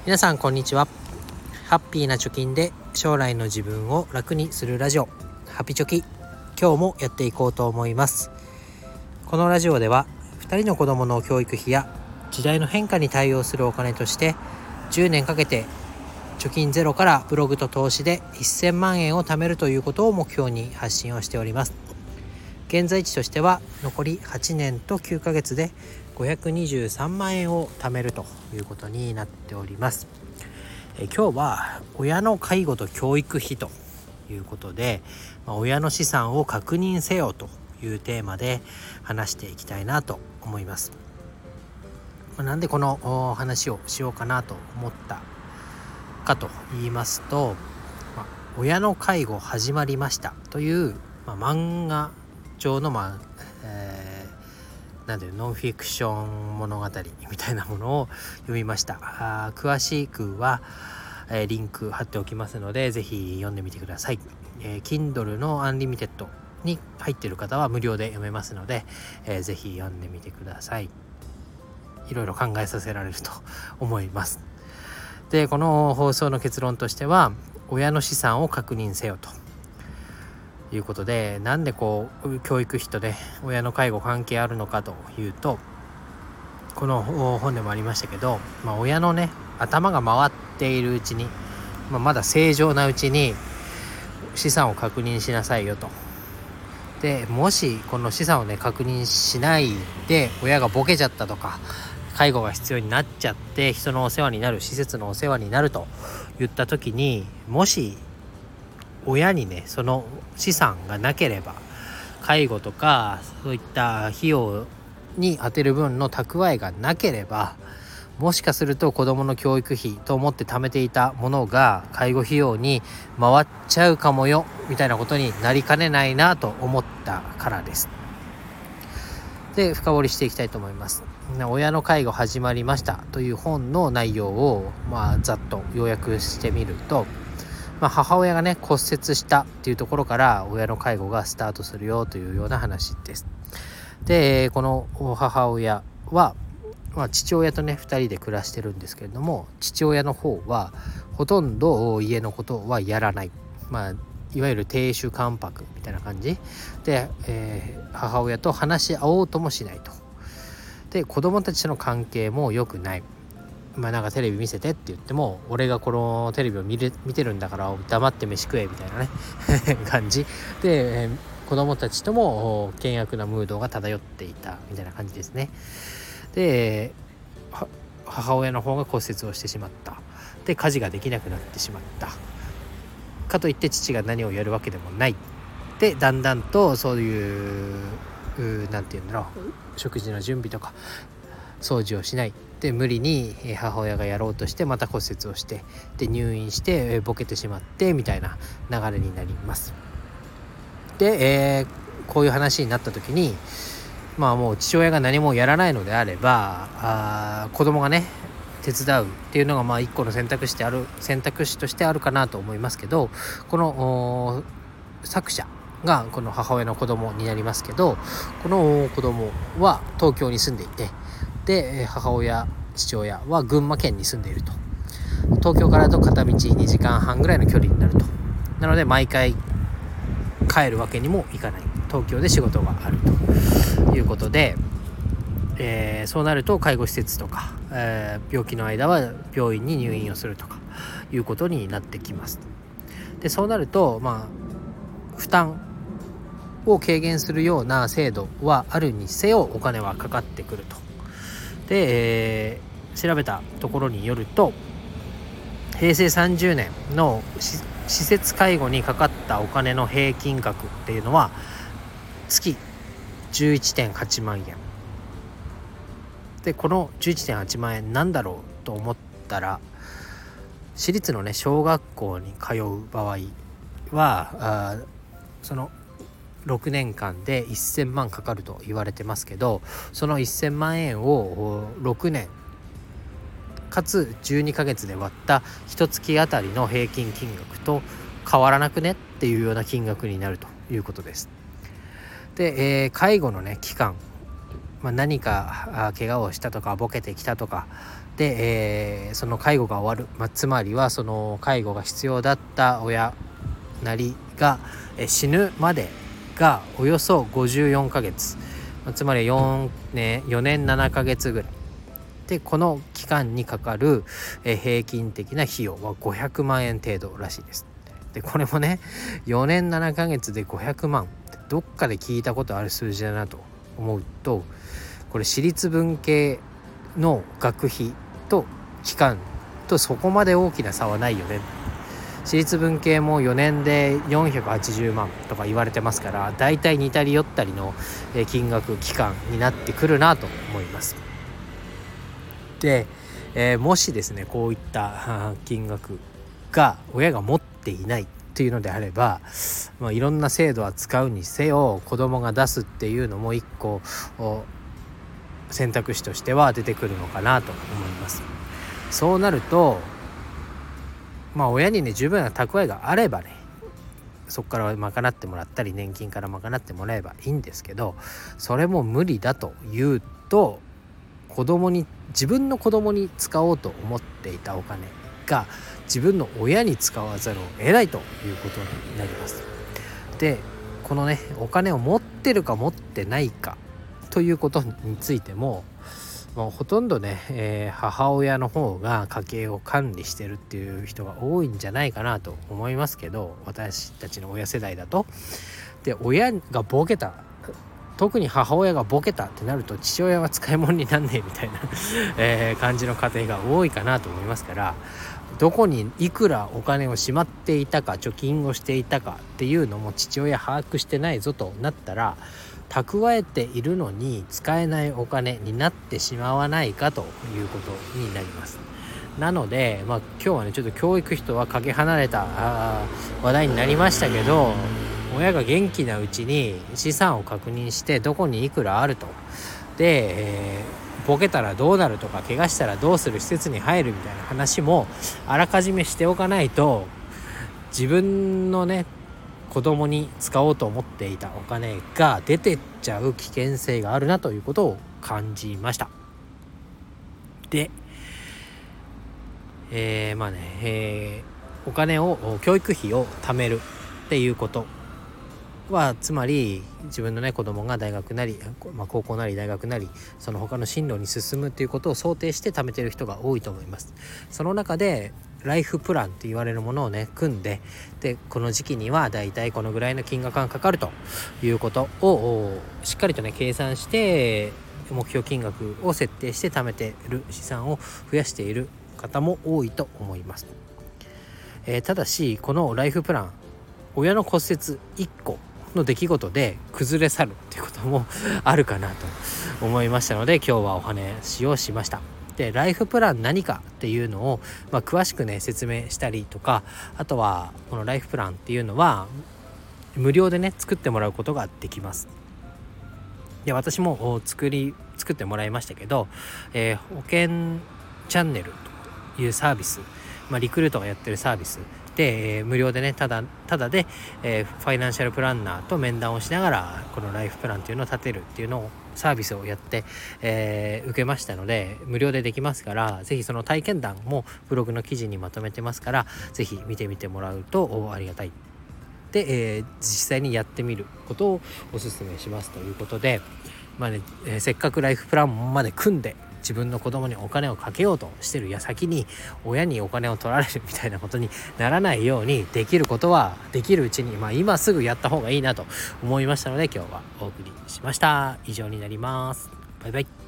皆さんこんにちは。ハッピーな貯金で将来の自分を楽にするラジオ、ハピチョキ、今日もやっていこうと思います。このラジオでは2人の子どもの教育費や時代の変化に対応するお金として10年かけて貯金ゼロからブログと投資で1000万円を貯めるということを目標に発信をしております。現在地としては残り8年と9ヶ月で523万円を貯めるということになっております。今日は親の介護と教育費ということで、親の資産を確認せよというテーマで話していきたいなと思います。なんでこの話をしようかなと思ったかと言いますと、親の介護始まりましたという、漫画上のノンフィクション物語みたいなものを読みました。詳しくは、リンク貼っておきますのでぜひ読んでみてください。Kindle のアンリミテッドに入っている方は無料で読めますので、ぜひ読んでみてください。いろいろ考えさせられると思います。で、この放送の結論としては、親の資産を確認せよということで、なんで教育費とね親の介護関係あるのかというと、この本でもありましたけど、親のね頭が回っているうちに、まだ正常なうちに資産を確認しなさいよと。でもしこの資産をね確認しないで親がボケちゃったとか介護が必要になっちゃって人のお世話になる、施設のお世話になると言った時に、もし親にねその資産がなければ介護とかそういった費用に充てる分の蓄えがなければ、もしかすると子どもの教育費と思って貯めていたものが介護費用に回っちゃうかもよみたいなことになりかねないなと思ったからです。で、深掘りしていきたいと思います。親の介護始まりましたという本の内容をざっと要約してみると、母親がね骨折したっていうところから親の介護がスタートするよというような話です。で、この母親は、父親とね2人で暮らしてるんですけれども、父親の方はほとんど家のことはやらない、いわゆる亭主関白みたいな感じで、母親と話し合おうともしないと。で、子供たちとの関係も良くない。なんかテレビ見せてって言っても、俺がこのテレビを見てるんだから黙って飯食えみたいなね感じで、子供たちとも険悪なムードが漂っていたみたいな感じですね。で、母親の方が骨折をしてしまった。で、家事ができなくなってしまったかといって父が何をやるわけでもない。で、だんだんとそういう食事の準備とか掃除をしない。で、無理に母親がやろうとしてまた骨折をして、で入院してボケてしまってみたいな流れになります。で、こういう話になった時に、もう父親が何もやらないのであれば、子供がね手伝うっていうのが一個の選択肢としてあるかなと思いますけど、この作者がこの母親の子供になりますけど、この子供は東京に住んでいて、で父親は群馬県に住んでいると。東京からだと片道2時間半ぐらいの距離になると。なので毎回帰るわけにもいかない。東京で仕事があるということで、そうなると介護施設とか、病気の間は病院に入院をするとかいうことになってきます。で、そうなると負担を軽減するような制度はあるにせよお金はかかってくると。で、調べたところによると、平成30年の施設介護にかかったお金の平均額っていうのは月 11.8 万円で、この 11.8 万円なんだろうと思ったら、私立のね小学校に通う場合はその6年間で1000万かかると言われてますけど、その1000万円を6年かつ12ヶ月で割った1月あたりの平均金額と変わらなくねっていうような金額になるということです。で、介護のね期間、 何か怪我をしたとかボケてきたとかで、その介護が終わる、つまりはその介護が必要だった親なりが、死ぬまでがおよそ54ヶ月、つまり4年7ヶ月ぐらいで、この期間にかかる、平均的な費用は500万円程度らしいです。でこれもね、4年7ヶ月で500万ってどっかで聞いたことある数字だなと思うと、これ私立文系の学費と期間とそこまで大きな差はないよね。私立文系も4年で480万とか言われてますから、だいたい似たり寄ったりの金額期間になってくるなと思います。で、もしですねこういった金額が親が持っていないというのであれば、いろんな制度は使うにせよ子供が出すっていうのも一個選択肢としては出てくるのかなと思います。そうなると親にね十分な蓄えがあればね、そこから賄ってもらったり年金から賄ってもらえばいいんですけど、それも無理だというと、自分の子供に使おうと思っていたお金が自分の親に使わざるを得ないということになります。でこのねお金を持ってるか持ってないかということについても、ほとんどね、母親の方が家計を管理してるっていう人が多いんじゃないかなと思いますけど、私たちの親世代だと。で親がボケた、特に母親がボケたってなると父親は使い物になんねえみたいな、感じの家庭が多いかなと思いますから、どこにいくらお金をしまっていたか貯金をしていたかっていうのも父親把握してないぞとなったら、蓄えているのに使えないお金になってしまわないかということになります。なので、今日はねちょっと教育費とはかけ離れた話題になりましたけど、親が元気なうちに資産を確認してどこにいくらあると、で、ボケたらどうなるとか怪我したらどうする、施設に入るみたいな話もあらかじめしておかないと、自分のね子供に使おうと思っていたお金が出てっちゃう危険性があるなということを感じました。で、お金を教育費を貯めるっていうことは、つまり自分のね子供が大学なり、高校なり大学なりその他の進路に進むっていうことを想定して貯めてる人が多いと思います。その中でライフプランと言われるものをね組んで、でこの時期にはだいたいこのぐらいの金額がかかるということをしっかりとね計算して目標金額を設定して貯めている、資産を増やしている方も多いと思います。ただしこのライフプラン、親の骨折1個の出来事で崩れ去るっていうこともあるかなと思いましたので、今日はお話をしました。でライフプラン何かっていうのを、詳しくね説明したりとか、あとはこのライフプランっていうのは無料でね作ってもらうことができます。で私も作ってもらいましたけど、保険チャンネルというサービス、リクルートがやってるサービスで、無料でねただで、ファイナンシャルプランナーと面談をしながらこのライフプランっていうのを立てるっていうのをサービスをやって、受けましたので、無料でできますから、ぜひその体験談もブログの記事にまとめてますから、ぜひ見てみてもらうとありがたい。で、実際にやってみることをお勧めしますということで、せっかくライフプランまで組んで自分の子供にお金をかけようとしてる矢先に親にお金を取られるみたいなことにならないように、できることはできるうちに、今すぐやった方がいいなと思いましたので、今日はお送りしました。以上になります。バイバイ。